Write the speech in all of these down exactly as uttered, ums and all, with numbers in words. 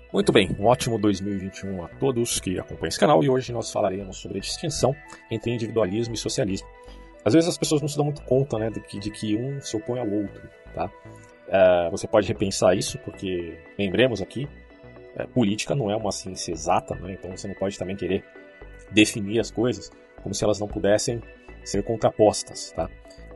Muito bem, um ótimo dois mil e vinte e um a todos que acompanham esse canal e hoje nós falaremos sobre a distinção entre individualismo e socialismo. Às vezes as pessoas não se dão muito conta, né, de, que, de que um se opõe ao outro, tá? Uh, você pode repensar isso, porque, lembremos aqui, uh, política não é uma ciência exata, né? Então você não pode também querer definir as coisas como se elas não pudessem ser contrapostas, tá?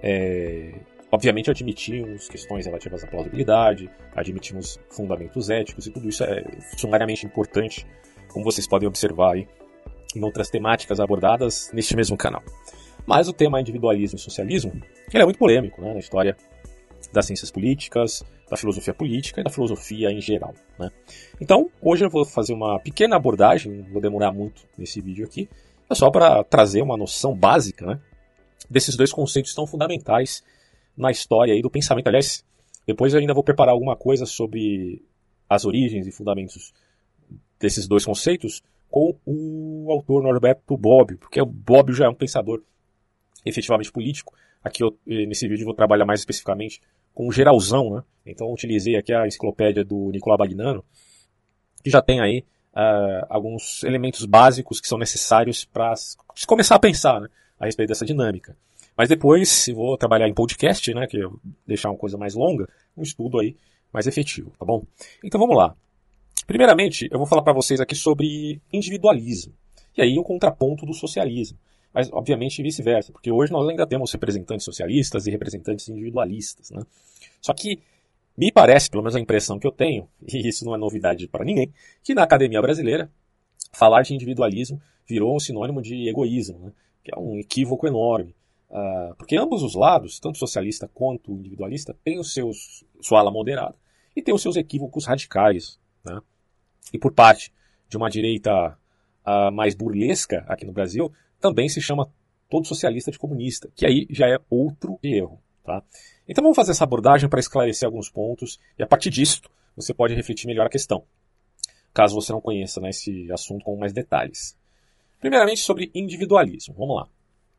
É... Obviamente admitimos questões relativas à plausibilidade, admitimos fundamentos éticos e tudo isso é sumariamente importante, como vocês podem observar aí em outras temáticas abordadas neste mesmo canal. Mas o tema individualismo e socialismo, ele é muito polêmico, né, na história das ciências políticas, da filosofia política e da filosofia em geral, né? Então, hoje eu vou fazer uma pequena abordagem, não vou demorar muito nesse vídeo aqui, é só para trazer uma noção básica, né, desses dois conceitos tão fundamentais na história aí do pensamento. Aliás, depois eu ainda vou preparar alguma coisa sobre as origens e fundamentos desses dois conceitos com o autor Norberto Bobbio, porque o Bobbio já é um pensador efetivamente político. Aqui eu, nesse vídeo eu vou trabalhar mais especificamente com o geralzão, né? Então eu utilizei aqui a enciclopédia do Nicola Bagnano, que já tem aí uh, alguns elementos básicos que são necessários para começar a pensar, né, a respeito dessa dinâmica. Mas depois eu vou trabalhar em podcast, né, que eu vou deixar uma coisa mais longa, um estudo aí mais efetivo, tá bom? Então vamos lá. Primeiramente, eu vou falar para vocês aqui sobre individualismo. E aí um contraponto do socialismo. Mas, obviamente, vice-versa, porque hoje nós ainda temos representantes socialistas e representantes individualistas, né? Só que me parece, pelo menos a impressão que eu tenho, e isso não é novidade para ninguém, que na academia brasileira, falar de individualismo virou um sinônimo de egoísmo, né? Que é um equívoco enorme. Uh, porque ambos os lados, tanto socialista quanto individualista, têm os seus, sua ala moderada e têm os seus equívocos radicais, né? E por parte de uma direita uh, mais burlesca aqui no Brasil, também se chama todo socialista de comunista, que aí já é outro erro, tá? Então vamos fazer essa abordagem para esclarecer alguns pontos e a partir disso você pode refletir melhor a questão, caso você não conheça, né, esse assunto com mais detalhes. Primeiramente sobre individualismo, vamos lá.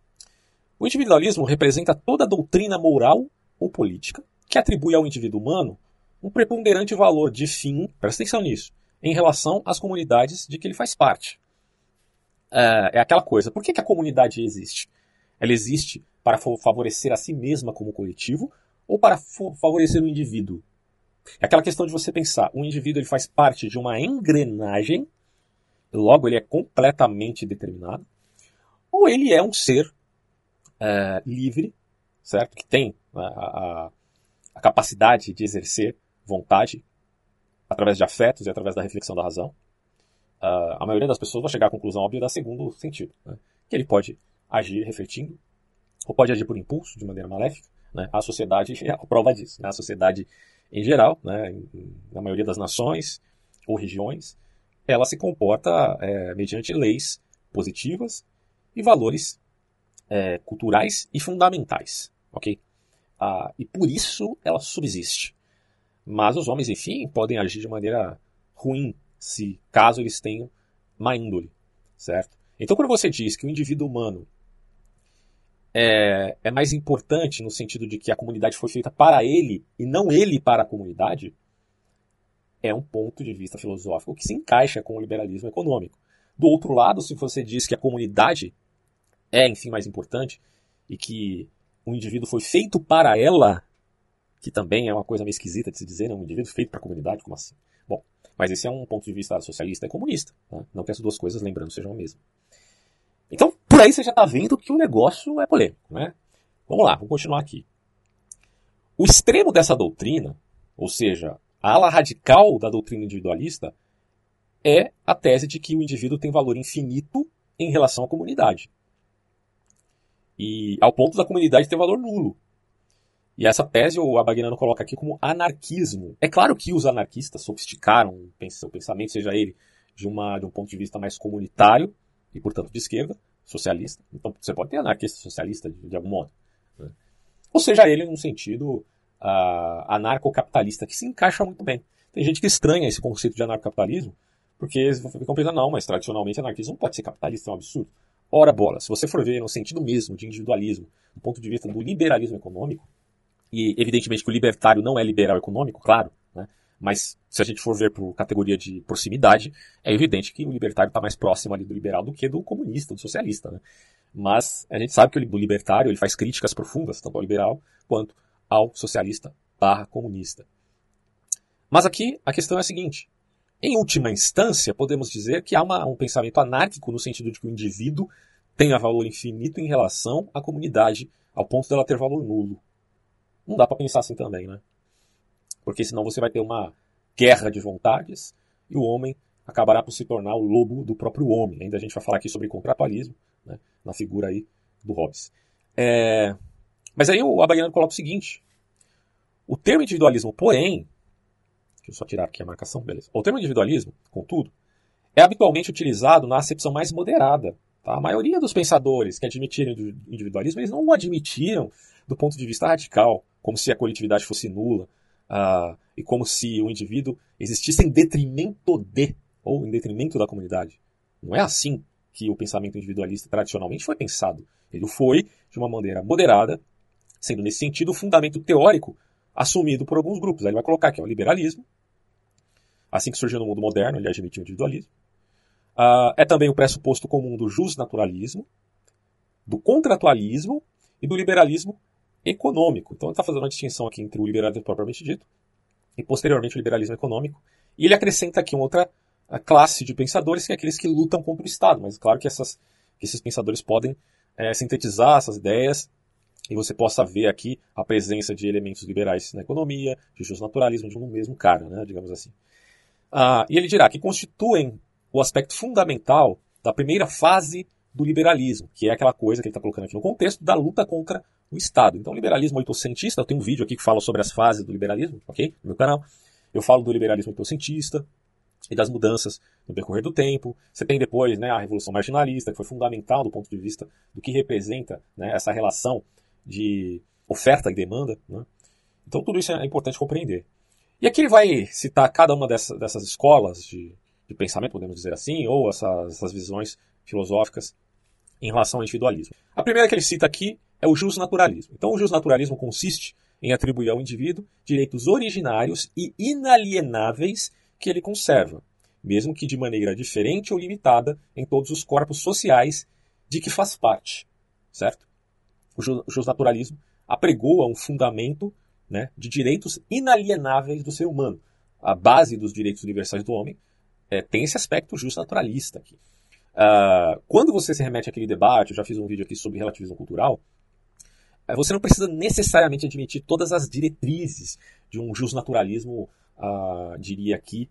O individualismo representa toda a doutrina moral ou política que atribui ao indivíduo humano um preponderante valor de fim, presta atenção nisso, em relação às comunidades de que ele faz parte. É, é aquela coisa, por que, que a comunidade existe? Ela existe para favorecer a si mesma como coletivo ou para favorecer o indivíduo? É aquela questão de você pensar, o indivíduo ele faz parte de uma engrenagem, logo ele é completamente determinado, ou ele é um ser É, livre, certo? Que tem a, a, a capacidade de exercer vontade através de afetos e através da reflexão da razão. Uh, a maioria das pessoas vai chegar à conclusão óbvia da segundo sentido, né? Que ele pode agir refletindo, ou pode agir por impulso, de maneira maléfica, né? A sociedade é a prova disso, né? A sociedade em geral, né? Na maioria das nações ou regiões, ela se comporta é, mediante leis positivas e valores É, culturais e fundamentais, ok? Ah, e por isso ela subsiste. Mas os homens, enfim, podem agir de maneira ruim, se caso eles tenham má índole, certo? Então, quando você diz que o indivíduo humano é, é mais importante no sentido de que a comunidade foi feita para ele e não ele para a comunidade, é um ponto de vista filosófico que se encaixa com o liberalismo econômico. Do outro lado, se você diz que a comunidade é, enfim, mais importante, e que o indivíduo foi feito para ela, que também é uma coisa meio esquisita de se dizer, né? Um indivíduo feito para a comunidade, como assim? Bom, mas esse é um ponto de vista socialista e comunista, tá? Não que as duas coisas, lembrando, sejam a mesma. Então, por aí você já está vendo que o negócio é polêmico, né? Vamos lá, vamos continuar aqui. O extremo dessa doutrina, ou seja, a ala radical da doutrina individualista, é a tese de que o indivíduo tem valor infinito em relação à comunidade. E ao ponto da comunidade ter valor nulo. E essa tese o Abagnano coloca aqui como anarquismo. É claro que os anarquistas sofisticaram o seu pensamento, seja ele de, uma, de um ponto de vista mais comunitário, e portanto de esquerda, socialista. Então você pode ter anarquista socialista de, de algum modo, né? Ou seja ele num sentido uh, anarcocapitalista, que se encaixa muito bem. Tem gente que estranha esse conceito de anarcocapitalismo, porque eles ficam pensando, não, mas tradicionalmente anarquismo não pode ser capitalista, é um absurdo. Ora bola, se você for ver no sentido mesmo de individualismo, do ponto de vista do liberalismo econômico, e evidentemente que o libertário não é liberal econômico, claro, né? Mas se a gente for ver por categoria de proximidade, é evidente que o libertário está mais próximo ali do liberal do que do comunista, do socialista, né? Mas a gente sabe que o libertário ele faz críticas profundas, tanto ao liberal quanto ao socialista barra comunista. Mas aqui a questão é a seguinte. Em última instância, podemos dizer que há uma, um pensamento anárquico no sentido de que o indivíduo tenha valor infinito em relação à comunidade, ao ponto dela ter valor nulo. Não dá para pensar assim também, né? Porque senão você vai ter uma guerra de vontades e o homem acabará por se tornar o lobo do próprio homem. Ainda a gente vai falar aqui sobre contratualismo, né, na figura aí do Hobbes. É... Mas aí o Abaiano coloca o seguinte. O termo individualismo, porém... Deixa eu só tirar aqui a marcação, beleza. O termo individualismo, contudo, é habitualmente utilizado na acepção mais moderada. Tá? A maioria dos pensadores que admitiram o individualismo, eles não o admitiram do ponto de vista radical, como se a coletividade fosse nula, uh, e como se o indivíduo existisse em detrimento de, ou em detrimento da comunidade. Não é assim que o pensamento individualista tradicionalmente foi pensado. Ele foi de uma maneira moderada, sendo nesse sentido o fundamento teórico assumido por alguns grupos. Aí ele vai colocar aqui ó, o liberalismo, assim que surgiu no mundo moderno, ele admitiu o individualismo. Uh, é também o pressuposto comum do justnaturalismo, do contratualismo e do liberalismo econômico. Então ele está fazendo uma distinção aqui entre o liberalismo propriamente dito e posteriormente o liberalismo econômico. E ele acrescenta aqui uma outra classe de pensadores, que é aqueles que lutam contra o Estado. Mas claro que, essas, que esses pensadores podem é, sintetizar essas ideias e você possa ver aqui a presença de elementos liberais na economia, de justnaturalismo, de um mesmo cara, né, digamos assim. Ah, e ele dirá que constituem o aspecto fundamental da primeira fase do liberalismo, que é aquela coisa que ele está colocando aqui no contexto da luta contra o Estado. Então, o liberalismo oitocentista, eu tenho um vídeo aqui que fala sobre as fases do liberalismo, ok? No meu canal. Eu falo do liberalismo oitocentista e das mudanças no decorrer do tempo. Você tem depois né, a Revolução Marginalista, que foi fundamental do ponto de vista do que representa né, essa relação de oferta e demanda. Né? Então, tudo isso é importante compreender. E aqui ele vai citar cada uma dessas, dessas escolas de, de pensamento, podemos dizer assim, ou essas, essas visões filosóficas em relação ao individualismo. A primeira que ele cita aqui é o justnaturalismo. Então, o justnaturalismo consiste em atribuir ao indivíduo direitos originários e inalienáveis que ele conserva, mesmo que de maneira diferente ou limitada em todos os corpos sociais de que faz parte, certo? O justnaturalismo apregoa um fundamento né, de direitos inalienáveis do ser humano. A base dos direitos universais do homem é, tem esse aspecto justnaturalista aqui. Uh, quando você se remete àquele debate, eu já fiz um vídeo aqui sobre relativismo cultural, uh, você não precisa necessariamente admitir todas as diretrizes de um justnaturalismo, uh, diria aqui,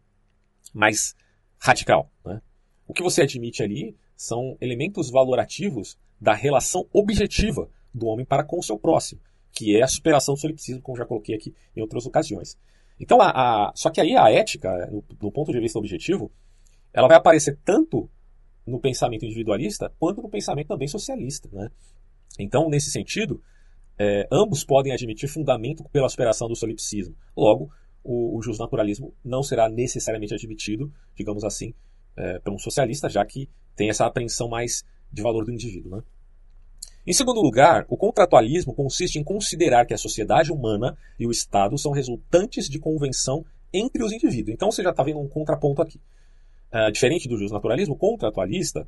mais radical. Né? O que você admite ali são elementos valorativos da relação objetiva do homem para com o seu próximo, que é a superação do solipsismo, como já coloquei aqui em outras ocasiões. Então, a, a, só que aí a ética, no, do ponto de vista objetivo, ela vai aparecer tanto no pensamento individualista, quanto no pensamento também socialista. Né? Então, nesse sentido, é, ambos podem admitir fundamento pela superação do solipsismo. Logo, o, o justnaturalismo não será necessariamente admitido, digamos assim, é, por um socialista, já que tem essa apreensão mais de valor do indivíduo. Né? Em segundo lugar, o contratualismo consiste em considerar que a sociedade humana e o Estado são resultantes de convenção entre os indivíduos. Então, você já está vendo um contraponto aqui. Uh, diferente do justnaturalismo, o contratualista,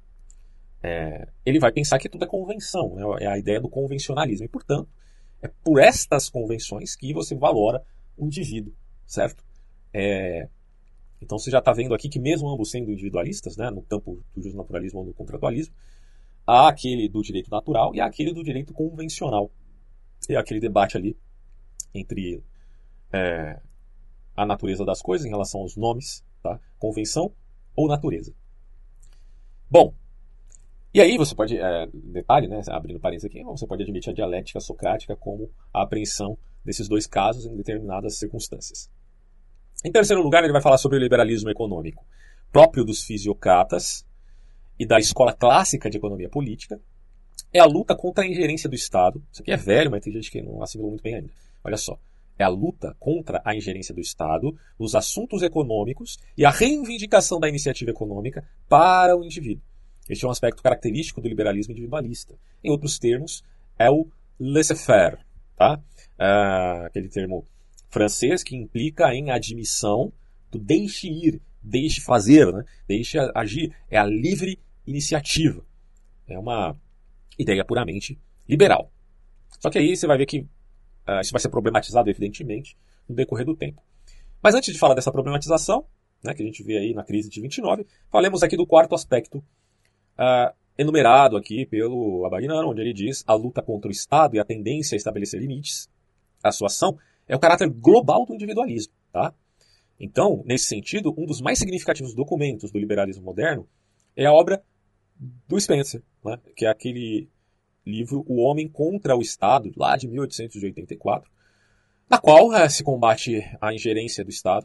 é, ele vai pensar que tudo é convenção, né? É a ideia do convencionalismo. E, portanto, é por estas convenções que você valora o indivíduo, certo? É, então, você já está vendo aqui que mesmo ambos sendo individualistas, né, no campo do justnaturalismo ou do contratualismo, há aquele do direito natural e há aquele do direito convencional. É aquele debate ali entre é, a natureza das coisas em relação aos nomes, tá? Convenção ou natureza. Bom, e aí você pode, é, detalhe, né, abrindo parênteses aqui, você pode admitir a dialética socrática como a apreensão desses dois casos em determinadas circunstâncias. Em terceiro lugar, ele vai falar sobre o liberalismo econômico, próprio dos fisiocratas e da escola clássica de economia política. É a luta contra a ingerência do Estado. Isso aqui é velho, mas tem gente que não assimilou muito bem ainda. Olha só. É a luta contra a ingerência do Estado nos assuntos econômicos e a reivindicação da iniciativa econômica para o indivíduo. Este é um aspecto característico do liberalismo individualista. Em outros termos, é o laissez-faire, tá? Ah, aquele termo francês, que implica em admissão do deixe ir, deixe fazer, né? Deixe agir. É a livre iniciativa. É uma ideia puramente liberal. Só que aí você vai ver que uh, isso vai ser problematizado, evidentemente, no decorrer do tempo. Mas antes de falar dessa problematização, né, que a gente vê aí na crise de vinte e nove, falemos aqui do quarto aspecto uh, enumerado aqui pelo Abagnano, onde ele diz: a luta contra o Estado e a tendência a estabelecer limites à sua ação é o caráter global do individualismo. Tá? Então, nesse sentido, um dos mais significativos documentos do liberalismo moderno é a obra do Spencer, né, que é aquele livro O Homem contra o Estado, lá de mil oitocentos e oitenta e quatro, na qual é, se combate a ingerência do Estado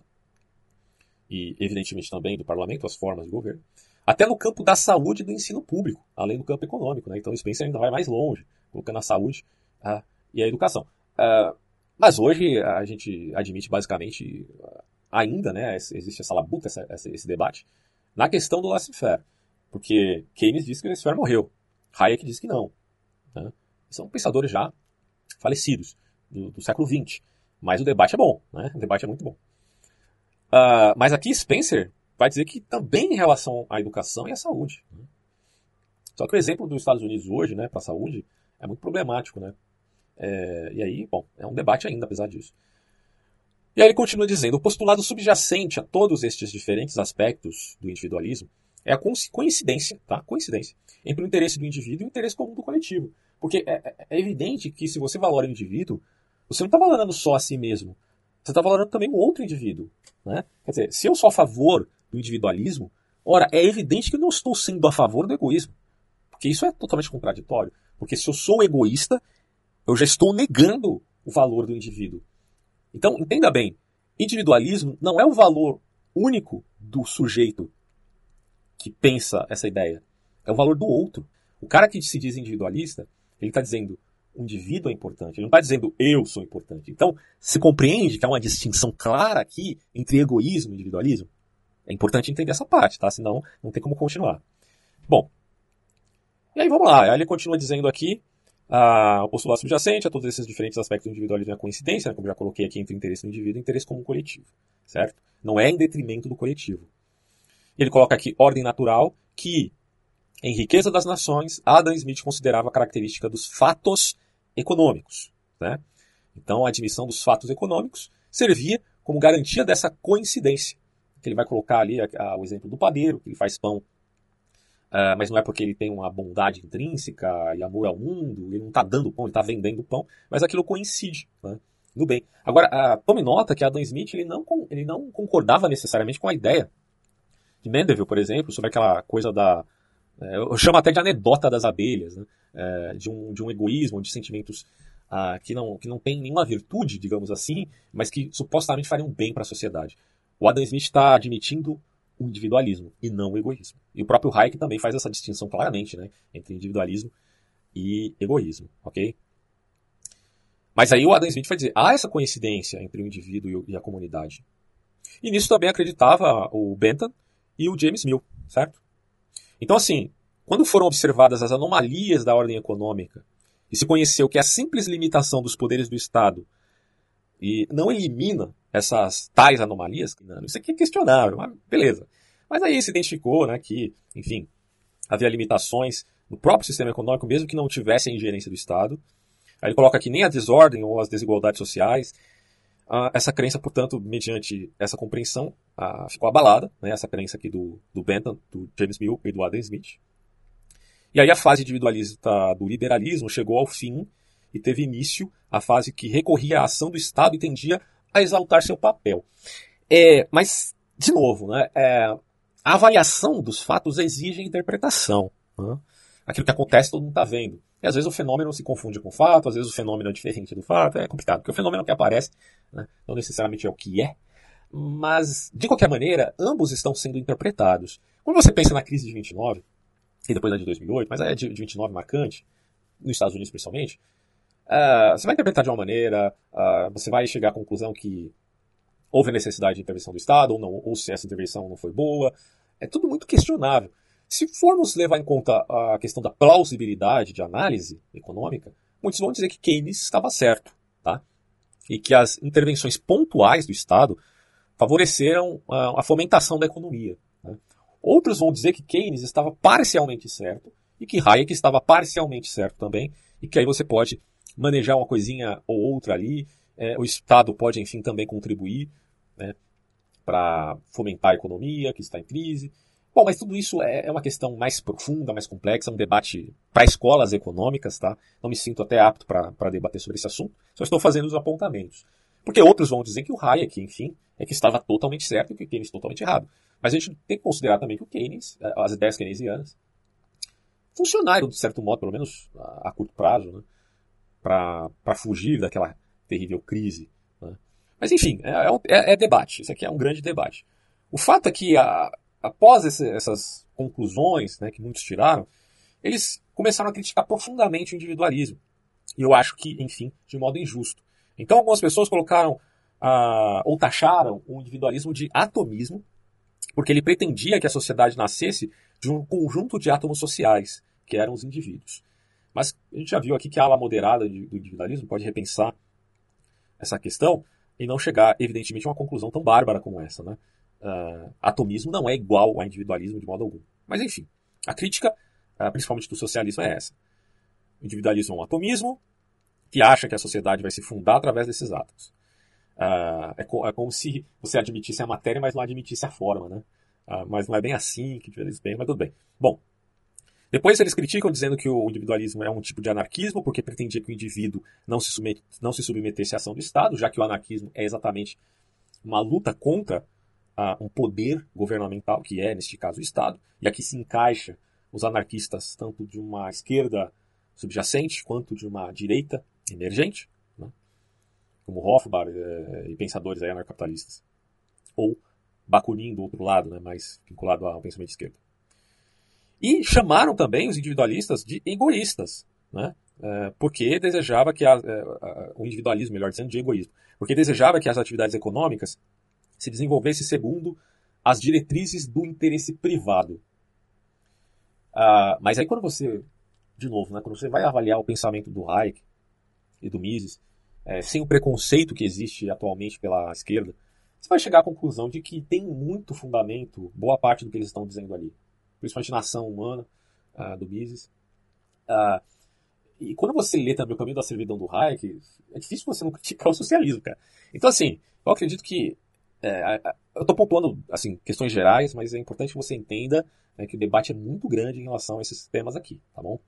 e, evidentemente, também do parlamento, as formas de governo, até no campo da saúde e do ensino público, além do campo econômico. Né? Então, o Spencer ainda vai mais longe, colocando a saúde uh, e a educação. Uh, mas hoje a gente admite, basicamente, uh, ainda, né, existe essa labuta, essa, essa, esse debate, na questão do laissez-faire. Porque Keynes disse que o laissez-faire morreu. Hayek diz que não. Né? São pensadores já falecidos, do, do século vinte. Mas o debate é bom. Né? O debate é muito bom. Uh, mas aqui Spencer vai dizer que também em relação à educação e à saúde. Né? Só que o exemplo dos Estados Unidos hoje, né, para a saúde, é muito problemático. Né? É, e aí, bom, é um debate ainda, apesar disso. E aí ele continua dizendo: o postulado subjacente a todos estes diferentes aspectos do individualismo é a coincidência, tá? Coincidência entre o interesse do indivíduo e o interesse comum do coletivo. Porque é, é evidente que se você valora o indivíduo, você não está valorando só a si mesmo. Você está valorando também o outro indivíduo. Né? Quer dizer, se eu sou a favor do individualismo, ora, é evidente que eu não estou sendo a favor do egoísmo. Porque isso é totalmente contraditório. Porque se eu sou egoísta, eu já estou negando o valor do indivíduo. Então, entenda bem, individualismo não é o valor único do sujeito que pensa essa ideia. É o valor do outro. O cara que se diz individualista, ele está dizendo o indivíduo é importante. Ele não está dizendo eu sou importante. Então, se compreende que há uma distinção clara aqui entre egoísmo e individualismo? É importante entender essa parte, tá? Senão não tem como continuar. Bom, e aí vamos lá. Aí ele continua dizendo aqui ah, o postulado subjacente a todos esses diferentes aspectos do individualismo é a coincidência, né, como já coloquei aqui, entre o interesse do indivíduo e o interesse comum coletivo. Certo? Não é em detrimento do coletivo. Ele coloca aqui ordem natural, que em Riqueza das Nações, Adam Smith considerava a característica dos fatos econômicos. Né? Então, a admissão dos fatos econômicos servia como garantia dessa coincidência. Ele vai colocar ali a, a, o exemplo do padeiro, que ele faz pão, uh, mas não é porque ele tem uma bondade intrínseca e amor ao mundo, ele não está dando pão, ele está vendendo pão, mas aquilo coincide. Né? No bem. Agora, uh, tome nota que Adam Smith ele não, ele não concordava necessariamente com a ideia de Mandeville, por exemplo, sobre aquela coisa da... Eu chamo até de anedota das abelhas, né? É, de, um, de um egoísmo, de sentimentos ah, que, não, que não tem nenhuma virtude, digamos assim, mas que supostamente fariam bem para a sociedade. O Adam Smith está admitindo o individualismo e não o egoísmo. E o próprio Hayek também faz essa distinção claramente, né, entre individualismo e egoísmo, ok? Mas aí o Adam Smith vai dizer, há essa coincidência entre o indivíduo e a comunidade. E nisso também acreditava o Bentham e o James Mill, certo? Então, assim, quando foram observadas as anomalias da ordem econômica e se conheceu que a simples limitação dos poderes do Estado e não elimina essas tais anomalias, não, isso aqui é questionável, mas beleza. Mas aí se identificou, né, que, enfim, havia limitações no próprio sistema econômico, mesmo que não tivesse a ingerência do Estado. Aí ele coloca aqui nem a desordem ou as desigualdades sociais. Ah, essa crença, portanto, mediante essa compreensão, ah, ficou abalada, né, essa crença aqui do, do Bentham, do James Mill e do Adam Smith. E aí a fase individualista do liberalismo chegou ao fim e teve início a fase que recorria à ação do Estado e tendia a exaltar seu papel. É, mas, de novo, né, é, a avaliação dos fatos exige interpretação. Né? Aquilo que acontece todo mundo está vendo. E às vezes o fenômeno se confunde com o fato, às vezes o fenômeno é diferente do fato, é complicado, porque o fenômeno que aparece, né, não necessariamente é o que é, mas, de qualquer maneira, ambos estão sendo interpretados. Quando você pensa na crise de vinte e nove, e depois da de dois mil e oito, mas é de vinte e nove marcante, nos Estados Unidos principalmente, uh, você vai interpretar de uma maneira, uh, você vai chegar à conclusão que houve necessidade de intervenção do Estado, ou, não, ou se essa intervenção não foi boa, é tudo muito questionável. Se formos levar em conta a questão da plausibilidade de análise econômica, muitos vão dizer que Keynes estava certo. Tá? e que as intervenções pontuais do Estado favoreceram a, a fomentação da economia. Né? Outros vão dizer que Keynes estava parcialmente certo e que Hayek estava parcialmente certo também, e que aí você pode manejar uma coisinha ou outra ali, é, o Estado pode, enfim, também contribuir, né, para fomentar a economia que está em crise. Bom, mas tudo isso é, é uma questão mais profunda, mais complexa, um debate para escolas econômicas, tá? Não me sinto até apto para debater sobre esse assunto, só estou fazendo os apontamentos. Porque outros vão dizer que o Hayek, enfim, é que estava totalmente certo e que o Keynes totalmente errado. Mas a gente tem que considerar também que o Keynes, as ideias keynesianas, funcionaram, de certo modo, pelo menos a, a curto prazo, né, para fugir daquela terrível crise. Né? Mas, enfim, é, é, é debate. Isso aqui é um grande debate. O fato é que, a, após esse, essas conclusões, né, que muitos tiraram, eles começaram a criticar profundamente o individualismo. E eu acho que, enfim, de modo injusto. Então, algumas pessoas colocaram, ah, ou taxaram o individualismo de atomismo, porque ele pretendia que a sociedade nascesse de um conjunto de átomos sociais, que eram os indivíduos. Mas a gente já viu aqui que a ala moderada do individualismo pode repensar essa questão e não chegar, evidentemente, a uma conclusão tão bárbara como essa. Né? Uh, atomismo não é igual ao individualismo de modo algum. Mas, enfim, a crítica, uh, principalmente do socialismo, é essa. O individualismo é um atomismo que acha que a sociedade vai se fundar através desses átomos. Uh, é, co- é como se você admitisse a matéria, mas não admitisse a forma. Né? Uh, mas não é bem assim que eles bem, mas tudo bem. Bom, depois eles criticam dizendo que o individualismo é um tipo de anarquismo, porque pretendia que o indivíduo não se, submet, não se submetesse à ação do Estado, já que o anarquismo é exatamente uma luta contra uh, um poder governamental, que é, neste caso, o Estado. E aqui se encaixa os anarquistas tanto de uma esquerda subjacente quanto de uma direita emergente, né? Como Rothbard eh, e pensadores aí anarcapitalistas. Ou Bakunin, do outro lado, né, mais vinculado ao pensamento de esquerda. E chamaram também os individualistas de egoístas, né? É, porque desejava que a, a, o individualismo, melhor dizendo, de egoísmo, porque desejava que as atividades econômicas se desenvolvessem segundo as diretrizes do interesse privado. Ah, mas aí quando você, de novo, né, quando você vai avaliar o pensamento do Hayek e do Mises, é, sem o preconceito que existe atualmente pela esquerda, você vai chegar à conclusão de que tem muito fundamento, boa parte do que eles estão dizendo ali. Principalmente na ação humana, uh, do Mises. Uh, e quando você lê também o Caminho da Servidão do Hayek, é difícil você não criticar o socialismo, cara. Então, assim, eu acredito que... É, eu estou pontuando assim, questões gerais, mas é importante que você entenda, né, que o debate é muito grande em relação a esses temas aqui, tá bom?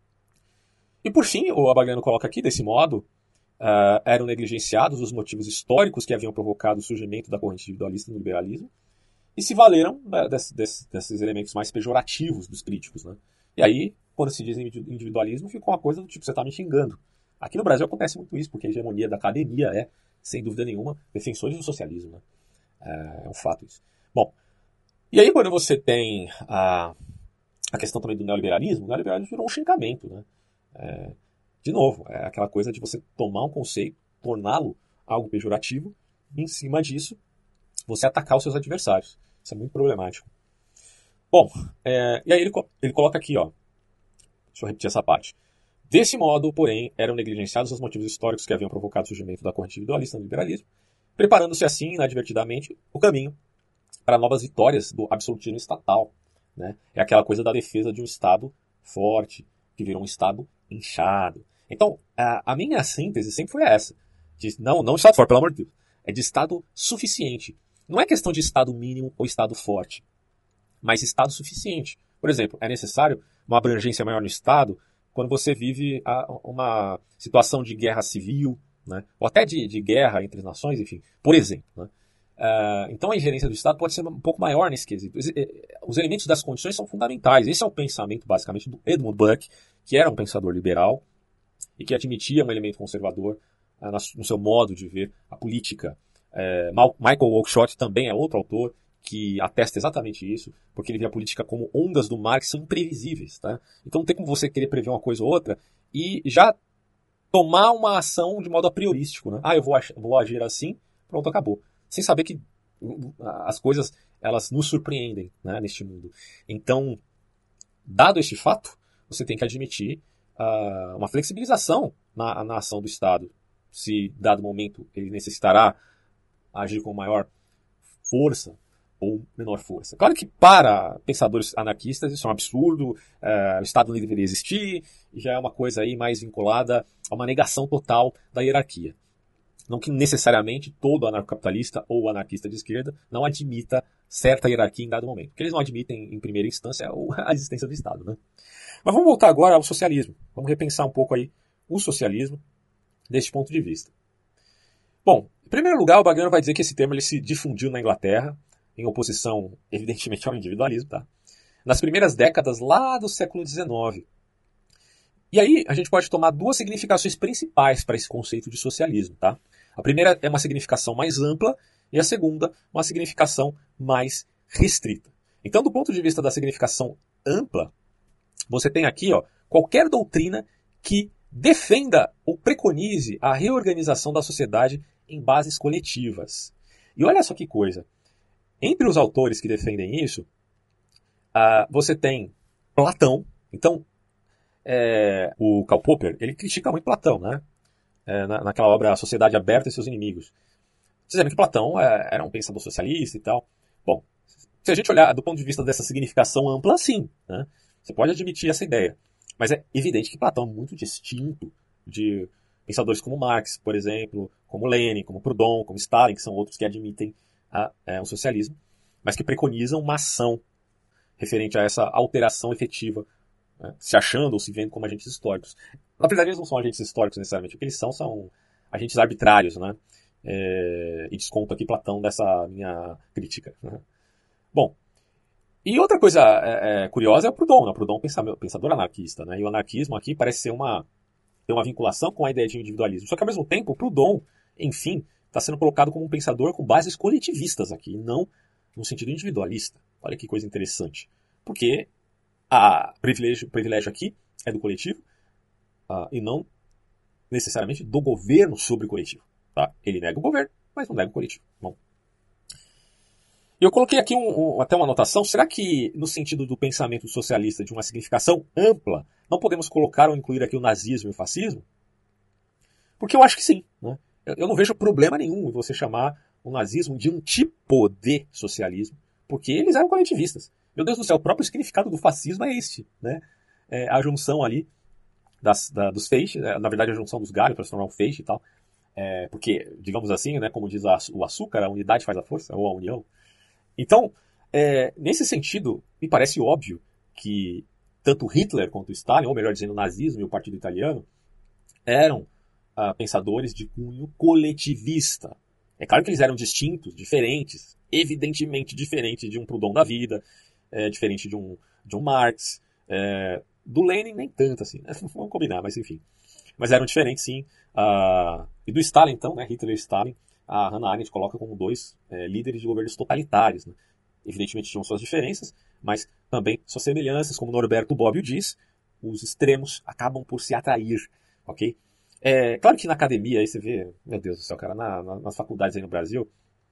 E por fim, o Abbagliano coloca aqui, desse modo, uh, eram negligenciados os motivos históricos que haviam provocado o surgimento da corrente individualista no liberalismo, e se valeram, né, desse, desse, desses elementos mais pejorativos dos críticos. Né? E aí, quando se diz individualismo, ficou uma coisa do tipo, você está me xingando. Aqui no Brasil acontece muito isso, porque a hegemonia da academia é, sem dúvida nenhuma, defensores do socialismo. Né? É, é um fato isso. Bom, e aí quando você tem a, a questão também do neoliberalismo, o neoliberalismo virou um xingamento. Né? É, de novo, é aquela coisa de você tomar um conceito, torná-lo algo pejorativo, e em cima disso, você atacar os seus adversários. Isso é muito problemático. Bom, é, e aí ele, ele coloca aqui, ó, deixa eu repetir essa parte. Desse modo, porém, eram negligenciados os motivos históricos que haviam provocado o surgimento da corrente individualista no liberalismo, preparando-se assim, inadvertidamente, o caminho para novas vitórias do absolutismo estatal. Né? É aquela coisa da defesa de um Estado forte, que virou um Estado inchado. Então, a, a minha síntese sempre foi essa. De, não, não Estado forte, pelo amor de Deus. É de Estado suficiente. Não é questão de Estado mínimo ou Estado forte, mas Estado suficiente. Por exemplo, é necessário uma abrangência maior no Estado quando você vive a, uma situação de guerra civil, né? Ou até de, de guerra entre nações, enfim, por exemplo. Né? Uh, então a ingerência do Estado pode ser um pouco maior nesse quesito. Os elementos das condições são fundamentais. Esse é o pensamento, basicamente, do Edmund Burke, que era um pensador liberal e que admitia um elemento conservador uh, no seu modo de ver a política. É, Michael Oakeshott também é outro autor que atesta exatamente isso, porque ele vê a política como ondas do mar que são imprevisíveis. Tá? Então não tem como você querer prever uma coisa ou outra e já tomar uma ação de modo a priorístico. Né? Ah, eu vou, vou agir assim, pronto, acabou. Sem saber que as coisas elas nos surpreendem, né, neste mundo. Então, dado este fato, você tem que admitir uh, uma flexibilização na, na ação do Estado. se, dado momento, ele necessitará agir com maior força ou menor força. Claro que para pensadores anarquistas isso é um absurdo, é, o Estado não deveria existir, e já é uma coisa aí mais vinculada a uma negação total da hierarquia. Não que necessariamente todo anarcocapitalista ou anarquista de esquerda não admita certa hierarquia em dado momento. Porque eles não admitem, em primeira instância, a existência do Estado, né? Mas vamos voltar agora ao socialismo. Vamos repensar um pouco aí o socialismo deste ponto de vista. Bom, em primeiro lugar, o Bagano vai dizer que esse termo ele se difundiu na Inglaterra, em oposição, evidentemente, ao individualismo, tá? Nas primeiras décadas lá do século dezenove. E aí a gente pode tomar duas significações principais para esse conceito de socialismo, tá? A primeira é uma significação mais ampla e a segunda uma significação mais restrita. Então, do ponto de vista da significação ampla, você tem aqui, ó, qualquer doutrina que defenda ou preconize a reorganização da sociedade em bases coletivas. E olha só que coisa. Entre os autores que defendem isso, uh, você tem Platão. Então, é, o Karl Popper, ele critica muito Platão, né? É, na, naquela obra A Sociedade Aberta e Seus Inimigos. Dizendo que Platão é, era um pensador socialista e tal. Bom, se a gente olhar do ponto de vista dessa significação ampla, sim, né? Você pode admitir essa ideia. Mas é evidente que Platão é muito distinto de pensadores como Marx, por exemplo, como Lenin, como Proudhon, como Stalin, que são outros que admitem a, é, um socialismo, mas que preconizam uma ação referente a essa alteração efetiva, né, se achando ou se vendo como agentes históricos. Na verdade, eles não são agentes históricos necessariamente. O que eles são são agentes arbitrários, né? É, e desconto aqui Platão dessa minha crítica, né? Bom, e outra coisa é, é, curiosa é o Proudhon, né? O Proudhon é um pensador anarquista, né? E o anarquismo aqui parece ser uma, ter uma vinculação com a ideia de individualismo. Só que, ao mesmo tempo, o Proudhon, enfim, está sendo colocado como um pensador com bases coletivistas aqui, e não no sentido individualista. Olha que coisa interessante. Porque o privilégio, privilégio aqui é do coletivo, uh, e não necessariamente do governo sobre o coletivo. Tá? Ele nega o governo, mas não nega o coletivo. Bom. Eu coloquei aqui um, um, até uma anotação. Será que, no sentido do pensamento socialista de uma significação ampla, não podemos colocar ou incluir aqui o nazismo e o fascismo? Porque eu acho que sim. Né? Eu, eu não vejo problema nenhum em você chamar o nazismo de um tipo de socialismo, porque eles eram coletivistas. Meu Deus do céu, o próprio significado do fascismo é este. Né? É a junção ali das, da, dos feixes, na verdade a junção dos galhos para se tornar um feixe e tal. É, porque, digamos assim, né, como diz o açúcar, a unidade faz a força, ou a união. Então, é, nesse sentido, me parece óbvio que tanto Hitler quanto Stalin, ou melhor dizendo, o nazismo e o Partido Italiano, eram ah, pensadores de cunho coletivista. É claro que eles eram distintos, diferentes, evidentemente diferentes de um Proudhon da vida, é, diferente de um, de um Marx, é, do Lenin nem tanto assim, né? Vamos combinar, mas enfim. Mas eram diferentes sim. Ah, e do Stalin então, né, Hitler e Stalin, a Hannah Arendt coloca como dois é, líderes de governos totalitários. Né? Evidentemente tinham suas diferenças, mas também suas semelhanças, como Norberto Bobbio diz, os extremos acabam por se atrair, ok? É, claro que na academia, aí você vê, meu Deus do céu, cara, na, na, nas faculdades aí no Brasil,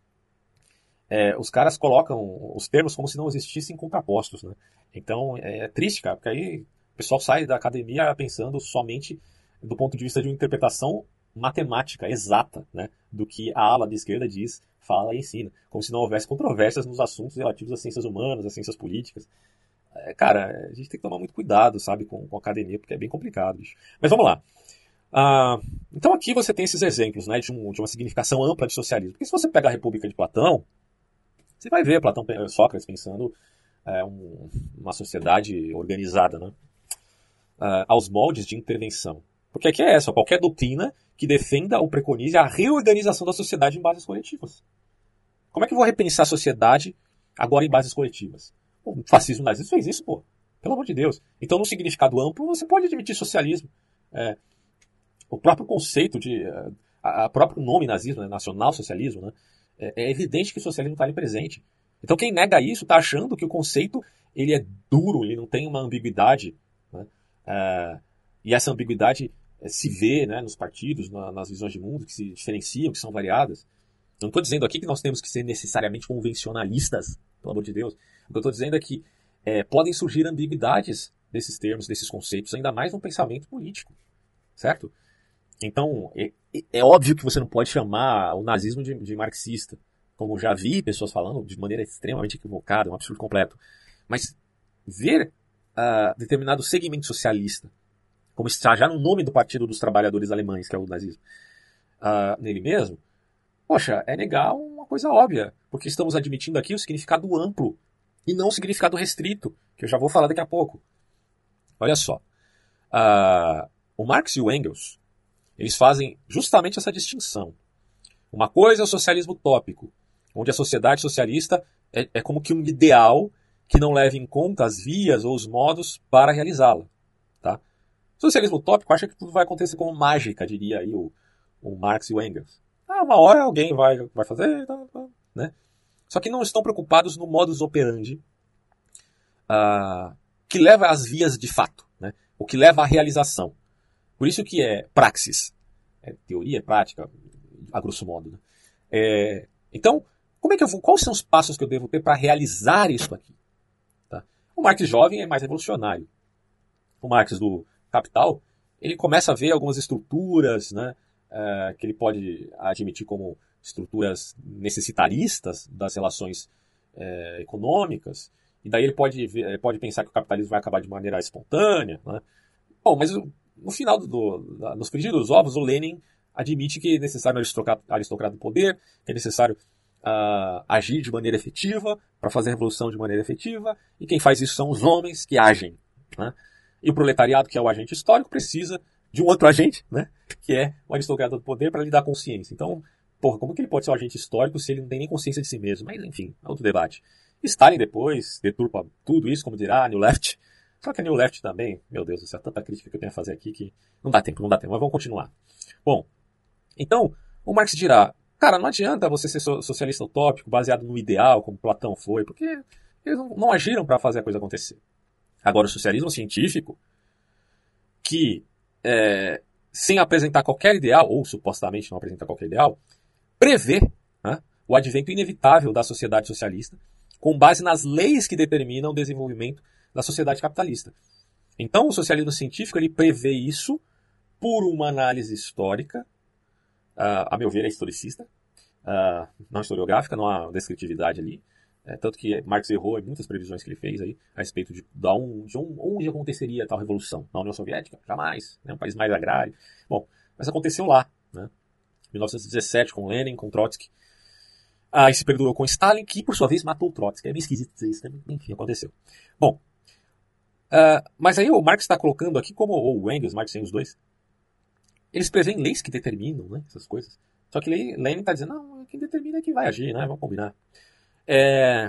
é, os caras colocam os termos como se não existissem contrapostos, né? Então é, é triste, cara, porque aí o pessoal sai da academia pensando somente do ponto de vista de uma interpretação matemática exata, né, do que a ala da esquerda diz, fala e ensina. Como se não houvesse controvérsias nos assuntos relativos às ciências humanas, às ciências políticas. É, cara, a gente tem que tomar muito cuidado, sabe, com, com a academia, porque é bem complicado, bicho. Mas vamos lá. Ah, então aqui você tem esses exemplos, né, de, um, de uma significação ampla de socialismo. Porque se você pegar a República de Platão, você vai ver Platão, Sócrates pensando é, um, uma sociedade organizada, né, ah, aos moldes de intervenção. Porque aqui é essa, qualquer doutrina que defenda ou preconize a reorganização da sociedade em bases coletivas. Como é que eu vou repensar a sociedade agora em bases coletivas? O fascismo e o nazismo fez isso, pô. Pelo amor de Deus. Então, no significado amplo, você pode admitir socialismo. É, o próprio conceito de... O próprio nome nazismo, né, nacional-socialismo, né, é, é evidente que o socialismo está ali presente. Então, quem nega isso está achando que o conceito ele é duro, ele não tem uma ambiguidade. Né, é, e essa ambiguidade se vê, né, nos partidos, na, nas visões de mundo que se diferenciam, que são variadas. Não estou dizendo aqui que nós temos que ser necessariamente convencionalistas, pelo amor de Deus. O que eu estou dizendo é que é, podem surgir ambiguidades desses termos, desses conceitos, ainda mais no pensamento político, certo? Então, é óbvio que você não pode chamar o nazismo de, de marxista, como já vi pessoas falando de maneira extremamente equivocada, um absurdo completo. Mas ver uh, determinado segmento socialista, como está já no nome do Partido dos Trabalhadores Alemães, que é o nazismo, uh, nele mesmo, poxa, é negar uma coisa óbvia, porque estamos admitindo aqui o significado amplo e não o significado restrito, que eu já vou falar daqui a pouco. Olha só, uh, o Marx e o Engels, eles fazem justamente essa distinção. Uma coisa é o socialismo utópico, onde a sociedade socialista é, é como que um ideal que não leva em conta as vias ou os modos para realizá-la. Tá? O socialismo utópico acha que tudo vai acontecer como mágica, diria aí o, o Marx e o Engels. Ah, uma hora alguém vai, vai fazer, tá, tá, né? Só que não estão preocupados no modus operandi uh, que leva às vias de fato, né? O que leva à realização. Por isso que é praxis. É teoria, é prática, a grosso modo. Né? É, então, como é que eu vou, quais são os passos que eu devo ter para realizar isso aqui? Tá? O Marx jovem é mais revolucionário. O Marx do Capital, ele começa a ver algumas estruturas, né, é, que ele pode admitir como estruturas necessitaristas das relações é, econômicas, e daí ele pode, ver, ele pode pensar que o capitalismo vai acabar de maneira espontânea. Né? Bom, mas no final, do, do, nos frigir dos ovos, o Lenin admite que é necessário um aristocrata do poder, que é necessário uh, agir de maneira efetiva, para fazer a revolução de maneira efetiva, e quem faz isso são os homens que agem. Né? E o proletariado, que é o agente histórico, precisa de um outro agente, né? Que é o aristocrata do poder, para lhe dar consciência. Então, porra, como que ele pode ser um agente histórico se ele não tem nem consciência de si mesmo? Mas, enfim, é outro debate. Stalin depois deturpa tudo isso, como dirá a New Left. Só que a New Left também, meu Deus do céu, tanta crítica que eu tenho a fazer aqui que não dá tempo, não dá tempo, mas vamos continuar. Bom, então, o Marx dirá, cara, não adianta você ser socialista utópico, baseado no ideal, como Platão foi, porque eles não, não agiram para fazer a coisa acontecer. Agora, o socialismo científico, que é, sem apresentar qualquer ideal, ou supostamente não apresentar qualquer ideal, prevê, né, o advento inevitável da sociedade socialista, com base nas leis que determinam o desenvolvimento da sociedade capitalista. Então, o socialismo científico ele prevê isso por uma análise histórica, uh, a meu ver é historicista, uh, não historiográfica, não há descritividade ali, é, tanto que Marx errou em muitas previsões que ele fez aí, a respeito de, de, um, de um, onde aconteceria tal revolução. Na União Soviética? Jamais, né, um país mais agrário. Bom, mas aconteceu lá, né, mil novecentos e dezessete, com Lenin, com Trotsky. Ah, isso perdurou com Stalin, que por sua vez matou o Trotsky. É meio esquisito dizer isso, né? Enfim, aconteceu. Bom, uh, mas aí o Marx está colocando aqui, como ou o Engels, Marx tem os dois, eles prevêem leis que determinam, né, essas coisas. Só que Lenin está dizendo, não, quem determina é quem vai agir, né? Vamos combinar. É...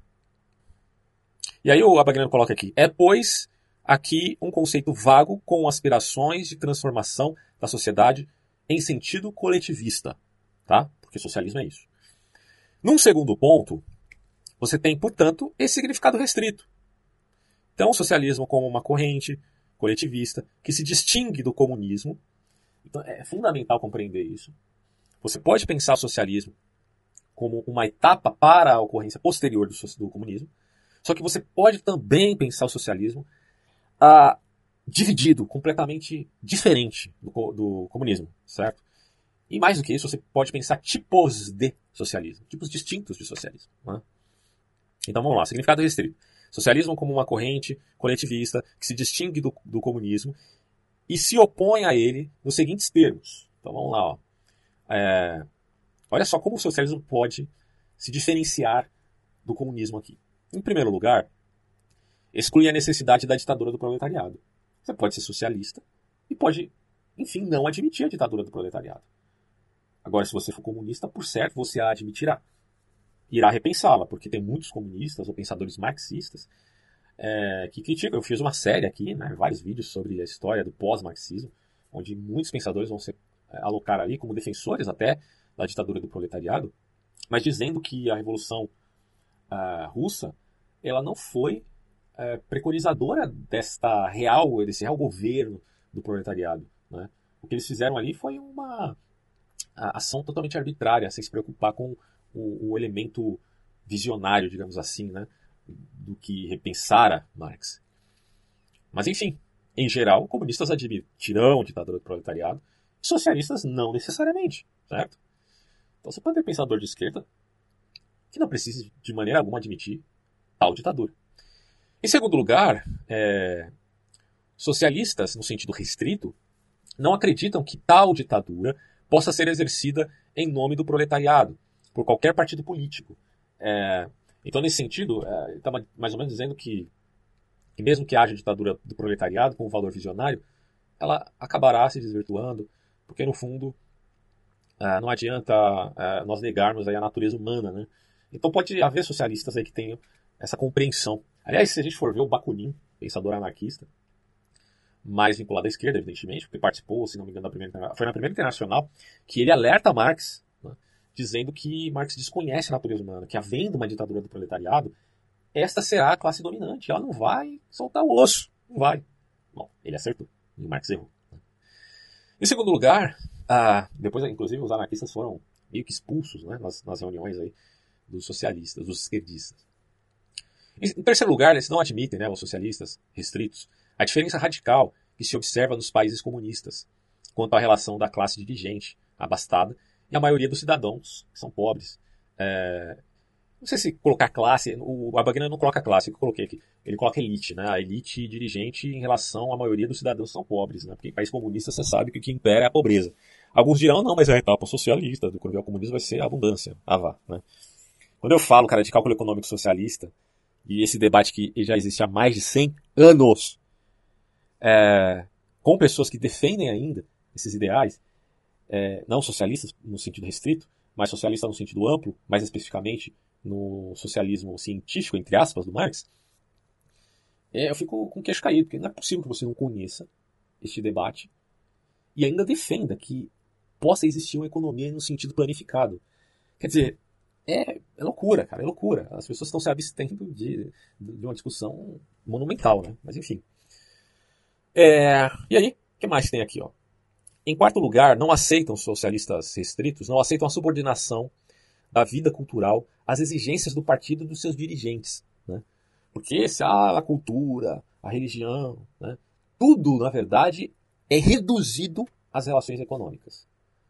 E aí o Abagnano coloca aqui, é, pois, aqui um conceito vago com aspirações de transformação da sociedade em sentido coletivista, tá? Porque socialismo é isso. Num segundo ponto, você tem, portanto, esse significado restrito. Então, o socialismo como uma corrente coletivista que se distingue do comunismo. Então, é fundamental compreender isso. Você pode pensar o socialismo como uma etapa para a ocorrência posterior do, do comunismo, só que você pode também pensar o socialismo ah, dividido, completamente diferente do, do comunismo, certo? E mais do que isso, você pode pensar tipos de socialismo, tipos distintos de socialismo. Né? Então vamos lá, significado restrito. Socialismo como uma corrente coletivista que se distingue do, do comunismo e se opõe a ele nos seguintes termos. Então vamos lá. Ó. É, olha só como o socialismo pode se diferenciar do comunismo aqui. Em primeiro lugar, exclui a necessidade da ditadura do proletariado. Você pode ser socialista e pode, enfim, não admitir a ditadura do proletariado. Agora, se você for comunista, por certo, você a admitirá. Irá repensá-la, porque tem muitos comunistas ou pensadores marxistas é, que criticam. Eu fiz uma série aqui, né, vários vídeos sobre a história do pós-marxismo, onde muitos pensadores vão se é, alocar ali como defensores até da ditadura do proletariado, mas dizendo que a Revolução uh, Russa ela não foi uh, preconizadora desta real, desse real governo do proletariado. Né? O que eles fizeram ali foi uma a ação totalmente arbitrária, sem se preocupar com o, o elemento visionário, digamos assim, né, do que repensara Marx. Mas, enfim, em geral, comunistas admitirão a ditadura do proletariado Socialistas não necessariamente, certo? Então você pode ter pensador de esquerda que não precisa de maneira alguma admitir tal ditadura. Em segundo lugar, é, socialistas, no sentido restrito, não acreditam que tal ditadura possa ser exercida em nome do proletariado, por qualquer partido político. É, então, nesse sentido, é, ele estava mais ou menos dizendo que, que mesmo que haja ditadura do proletariado com um valor visionário, ela acabará se desvirtuando, porque, no fundo, é, não adianta é, nós negarmos aí a natureza humana, né? Então pode haver socialistas aí que tenham essa compreensão. Aliás, se a gente for ver o Bakunin, pensador anarquista, mais vinculado à esquerda, evidentemente, porque participou, se não me engano, da primeira, foi na primeira internacional, que ele alerta Marx, né, dizendo que Marx desconhece a natureza humana, que havendo uma ditadura do proletariado, esta será a classe dominante, ela não vai soltar o osso, não vai. Bom, ele acertou, e Marx errou. Né. Em segundo lugar, ah, depois, inclusive, os anarquistas foram meio que expulsos, né, nas, nas reuniões aí dos socialistas, dos esquerdistas. Em terceiro lugar, eles não admitem, né, os socialistas restritos, a diferença radical que se observa nos países comunistas quanto à relação da classe dirigente, abastada, e a maioria dos cidadãos, que são pobres. É, não sei se colocar classe, o Abagina não coloca classe, eu coloquei aqui. Ele coloca elite, né? A elite dirigente em relação à maioria dos cidadãos que são pobres, né? Porque em país comunista você sabe que o que impera é a pobreza. Alguns dirão, não, mas é a etapa socialista, quando vier o comunismo vai ser a abundância. Ah, vá, né? Quando eu falo, cara, de cálculo econômico socialista, e esse debate que já existe há mais de cem anos, é, com pessoas que defendem ainda esses ideais, é, não socialistas no sentido restrito, mas socialistas no sentido amplo, mais especificamente no socialismo científico, entre aspas, do Marx, é, eu fico com o queixo caído, porque não é possível que você não conheça este debate e ainda defenda que possa existir uma economia no sentido planificado. Quer dizer, é, é loucura, cara, é loucura. As pessoas estão se abstendo de, de uma discussão monumental, né? Mas enfim. É, e aí, o que mais tem aqui, ó? Em quarto lugar, não aceitam os socialistas restritos, não aceitam a subordinação da vida cultural às exigências do partido e dos seus dirigentes, né? Porque se ah, a cultura, a religião, né? Tudo, na verdade, é reduzido às relações econômicas.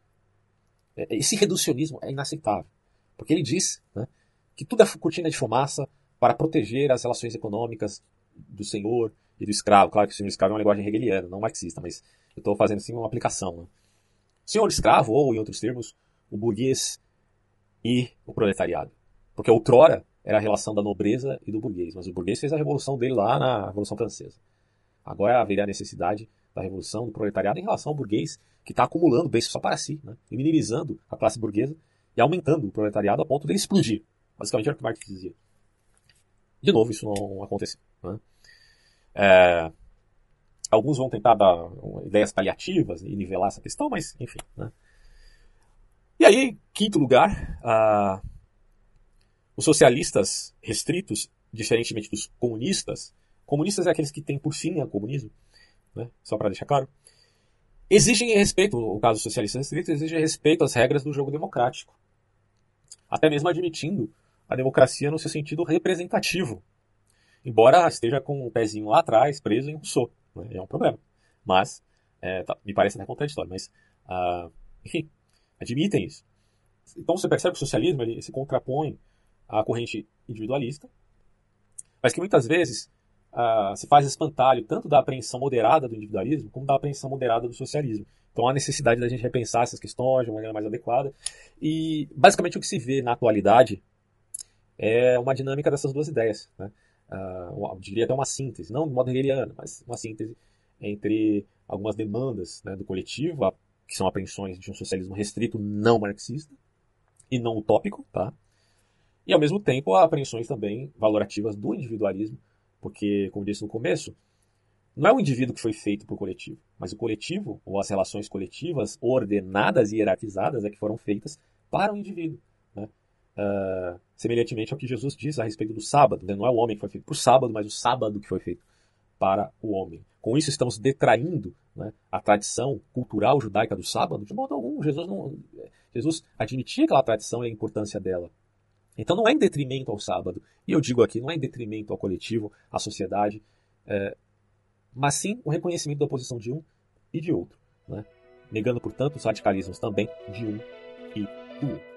Esse reducionismo é inaceitável, porque ele diz, né, que tudo é cortina de fumaça para proteger as relações econômicas do senhor e do escravo. Claro que o senhor escravo é uma linguagem hegeliana, não marxista, mas eu estou fazendo assim uma aplicação. Né? Senhor escravo, ou em outros termos, o burguês e o proletariado. Porque outrora era a relação da nobreza e do burguês, mas o burguês fez a revolução dele lá na Revolução Francesa. Agora haveria a necessidade da revolução do proletariado em relação ao burguês, que está acumulando bens só para si, né? E minimizando a classe burguesa e aumentando o proletariado a ponto de ele explodir. Basicamente era o que Marx dizia. De novo, isso não aconteceu. Né? É... Alguns vão tentar dar ideias paliativas e nivelar essa questão, mas enfim. Né? E aí, em quinto lugar, uh, os socialistas restritos, diferentemente dos comunistas, comunistas é aqueles que têm por fim o comunismo, né? Só para deixar claro, exigem respeito, no caso dos socialistas restritos, exigem respeito às regras do jogo democrático, até mesmo admitindo a democracia no seu sentido representativo, embora esteja com o pezinho lá atrás, preso em Rousseau. Né? É um problema. Mas, é, tá, me parece até contraditório, mas, uh, enfim, admitem isso. Então você percebe que o socialismo ele se contrapõe à corrente individualista, mas que muitas vezes uh, se faz espantalho tanto da apreensão moderada do individualismo como da apreensão moderada do socialismo. Então há necessidade da gente repensar essas questões de uma maneira mais adequada. E basicamente o que se vê na atualidade é uma dinâmica dessas duas ideias, né? Uh, eu diria até uma síntese, não de modo hegeliano, mas uma síntese entre algumas demandas, né, do coletivo, que são apreensões de um socialismo restrito não marxista e não utópico, tá? E ao mesmo tempo há apreensões também valorativas do individualismo, porque, como disse no começo, não é o indivíduo que foi feito para o coletivo, mas o coletivo, ou as relações coletivas ordenadas e hierarquizadas é que foram feitas para o indivíduo. Né? Uh, semelhantemente ao que Jesus diz a respeito do sábado, né? Não é o homem que foi feito para o sábado, mas o sábado que foi feito para o homem. Com isso estamos detraindo, né, a tradição cultural judaica do sábado de modo algum. Jesus, não, Jesus admitia aquela tradição e a importância dela. Então não é em detrimento ao sábado, e eu digo aqui, não é em detrimento ao coletivo, à sociedade, é, mas sim o reconhecimento da posição de um e de outro. Né? negando, portanto, os radicalismos também de um e do outro.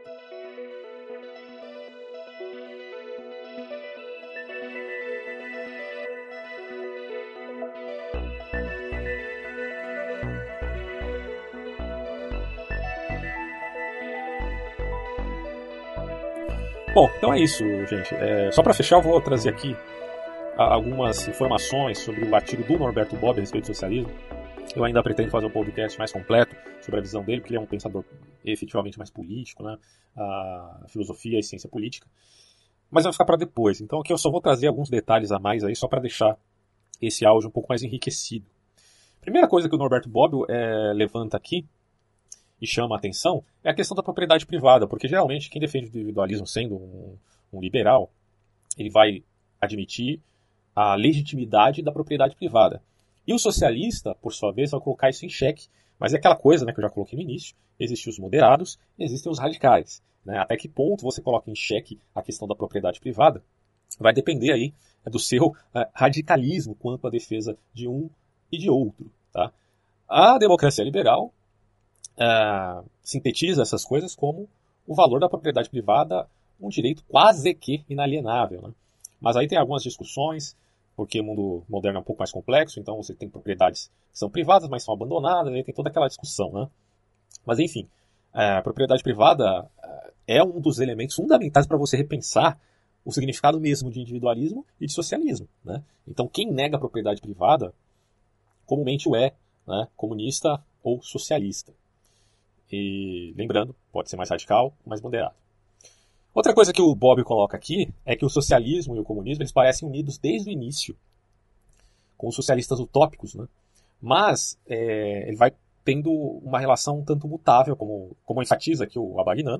Bom, então é isso, gente. É, só para fechar, eu vou trazer aqui algumas informações sobre o artigo do Norberto Bobbio a respeito do socialismo. Eu ainda pretendo fazer um podcast mais completo sobre a visão dele, porque ele é um pensador efetivamente mais político, né? A filosofia e ciência política. Mas vai ficar para depois. Então aqui eu só vou trazer alguns detalhes a mais aí, só para deixar esse áudio um pouco mais enriquecido. Primeira coisa que o Norberto Bobbio é, levanta aqui e chama a atenção é a questão da propriedade privada, porque geralmente quem defende o individualismo sendo um, um liberal, ele vai admitir a legitimidade da propriedade privada. E o socialista, por sua vez, vai colocar isso em xeque, mas é aquela coisa, né, que eu já coloquei no início, existem os moderados, existem os radicais. Né? Até que ponto você coloca em xeque a questão da propriedade privada vai depender aí do seu uh, radicalismo quanto à defesa de um e de outro. Tá? A democracia liberal Uh, sintetiza essas coisas como o valor da propriedade privada, um direito quase que inalienável. Né? Mas aí tem algumas discussões, porque o mundo moderno é um pouco mais complexo, então você tem propriedades que são privadas, mas são abandonadas, aí tem toda aquela discussão. Né? Mas enfim, a propriedade privada uh, é um dos elementos fundamentais para você repensar o significado mesmo de individualismo e de socialismo. Né? Então quem nega a propriedade privada, comumente o é, né? Comunista ou socialista. E lembrando, pode ser mais radical, mais moderado. Outra coisa que o Bobbio coloca aqui é que o socialismo e o comunismo eles parecem unidos desde o início, com os socialistas utópicos, né? Mas é, ele vai tendo uma relação um tanto mutável, como, como enfatiza aqui o Abagnano,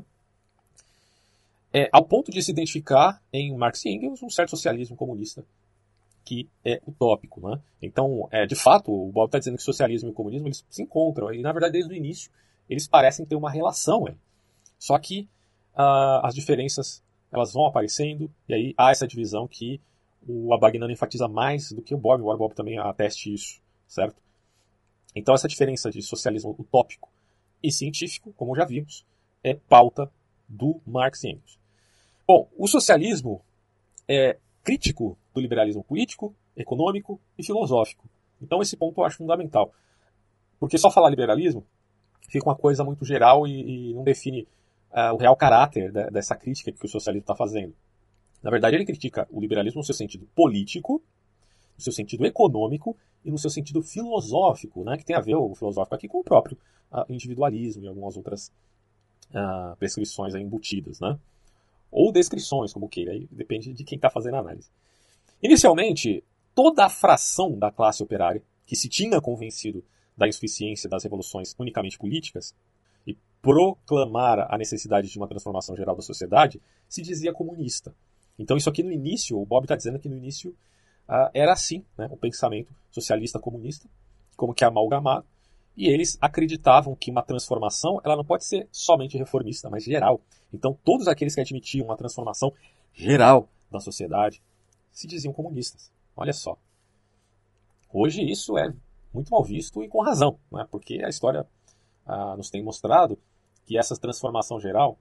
é, ao ponto de se identificar em Marx e Engels um certo socialismo comunista que é utópico. Né? Então, é, de fato, o Bobbio está dizendo que o socialismo e o comunismo eles se encontram, e na verdade desde o início eles parecem ter uma relação. Hein? Só que uh, as diferenças elas vão aparecendo, e aí há essa divisão que o Abagnano enfatiza mais do que o Bobbio, embora o Bobbio também ateste isso, certo? Então essa diferença de socialismo utópico e científico, como já vimos, é pauta do Marx e Engels. Bom, o socialismo é crítico do liberalismo político, econômico e filosófico. Então esse ponto eu acho fundamental. Porque só falar liberalismo fica uma coisa muito geral e, e não define uh, o real caráter da, dessa crítica que o socialismo está fazendo. Na verdade, ele critica o liberalismo no seu sentido político, no seu sentido econômico e no seu sentido filosófico, né, que tem a ver o filosófico aqui com o próprio uh, individualismo e algumas outras uh, prescrições aí embutidas. Né? Ou descrições, como queira, aí depende de quem está fazendo a análise. Inicialmente, toda a fração da classe operária que se tinha convencido da insuficiência das revoluções unicamente políticas e proclamar a necessidade de uma transformação geral da sociedade, se dizia comunista. Então isso aqui no início, o Bobbio está dizendo que no início uh, era assim, né, o pensamento socialista-comunista, como que é amalgamado, e eles acreditavam que uma transformação ela não pode ser somente reformista, mas geral. Então todos aqueles que admitiam uma transformação geral da sociedade se diziam comunistas. Olha só. Hoje isso é muito mal visto e com razão, né? Porque a história ah, nos tem mostrado que essa transformação geral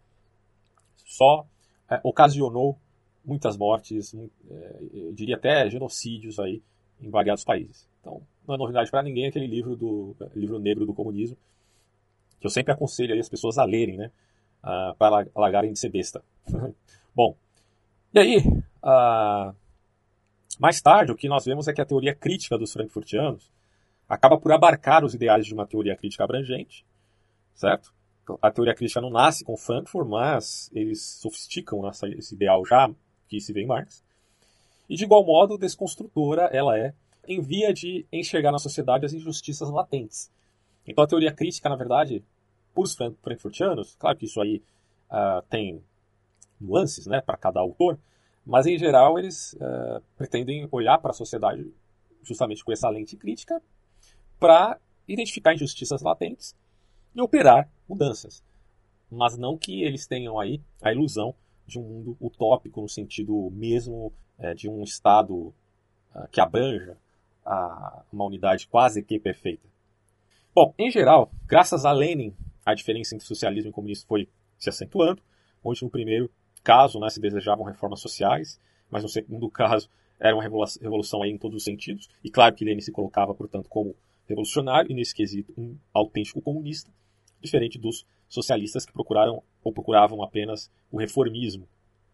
só é, ocasionou muitas mortes, é, eu diria até genocídios aí em variados países. Então, não é novidade para ninguém aquele livro do livro negro do comunismo, que eu sempre aconselho aí as pessoas a lerem, né? Ah, para largarem de ser besta. Bom, e aí, ah, mais tarde, o que nós vemos é que a teoria crítica dos frankfurtianos acaba por abarcar os ideais de uma teoria crítica abrangente, certo? A teoria crítica não nasce com Frankfurt, mas eles sofisticam essa, esse ideal já que se vê em Marx. E, de igual modo, desconstrutora ela é em via de enxergar na sociedade as injustiças latentes. Então, a teoria crítica, na verdade, por os frankfurtianos, claro que isso aí uh, tem nuances, né, para cada autor, mas, em geral, eles uh, pretendem olhar para a sociedade justamente com essa lente crítica para identificar injustiças latentes e operar mudanças. Mas não que eles tenham aí a ilusão de um mundo utópico no sentido mesmo é, de um Estado uh, que abranja a, uma unidade quase que perfeita. Bom, em geral, graças a Lenin, a diferença entre socialismo e comunismo foi se acentuando, onde no primeiro caso, né, se desejavam reformas sociais, mas no segundo caso era uma revolução aí em todos os sentidos, e claro que Lenin se colocava, portanto, como revolucionário, e nesse quesito um autêntico comunista, diferente dos socialistas que procuraram ou procuravam apenas o reformismo.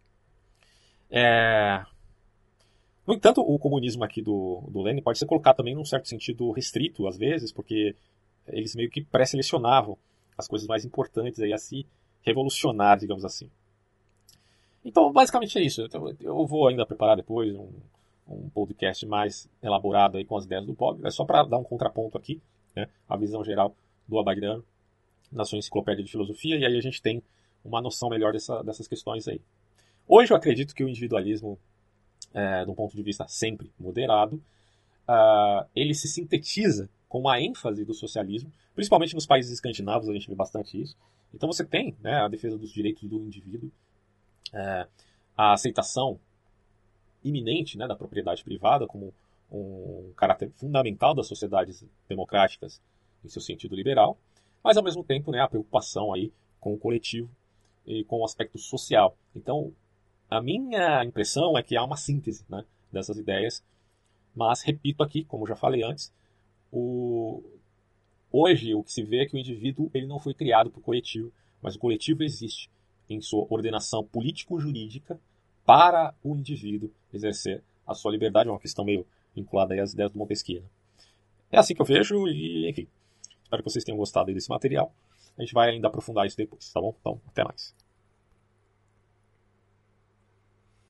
É... No entanto, o comunismo aqui do, do Lenin pode ser colocado também num certo sentido restrito, às vezes, porque eles meio que pré-selecionavam as coisas mais importantes aí a se revolucionar, digamos assim. Então, basicamente é isso. Então, eu vou ainda preparar depois um, um podcast mais elaborado aí com as ideias do Bob. É só para dar um contraponto aqui, né, a visão geral do Abadiano na sua enciclopédia de filosofia, e aí a gente tem uma noção melhor dessa, dessas questões aí. Hoje eu acredito que o individualismo, é, de um ponto de vista sempre moderado, uh, ele se sintetiza com a ênfase do socialismo, principalmente nos países escandinavos, a gente vê bastante isso. Então você tem, né, a defesa dos direitos do indivíduo, é, a aceitação iminente, né, da propriedade privada como um caráter fundamental das sociedades democráticas em seu sentido liberal, mas ao mesmo tempo, né, a preocupação aí com o coletivo e com o aspecto social. Então, a minha impressão é que há uma síntese, né, dessas ideias, mas repito aqui, como já falei antes, o... hoje o que se vê é que o indivíduo ele não foi criado para o coletivo, mas o coletivo existe em sua ordenação político-jurídica para o indivíduo exercer a sua liberdade. É uma questão meio vinculada aí às ideias do Montesquieu. É assim que eu vejo e, enfim, espero que vocês tenham gostado aí desse material. A gente vai ainda aprofundar isso depois, tá bom? Então, até mais.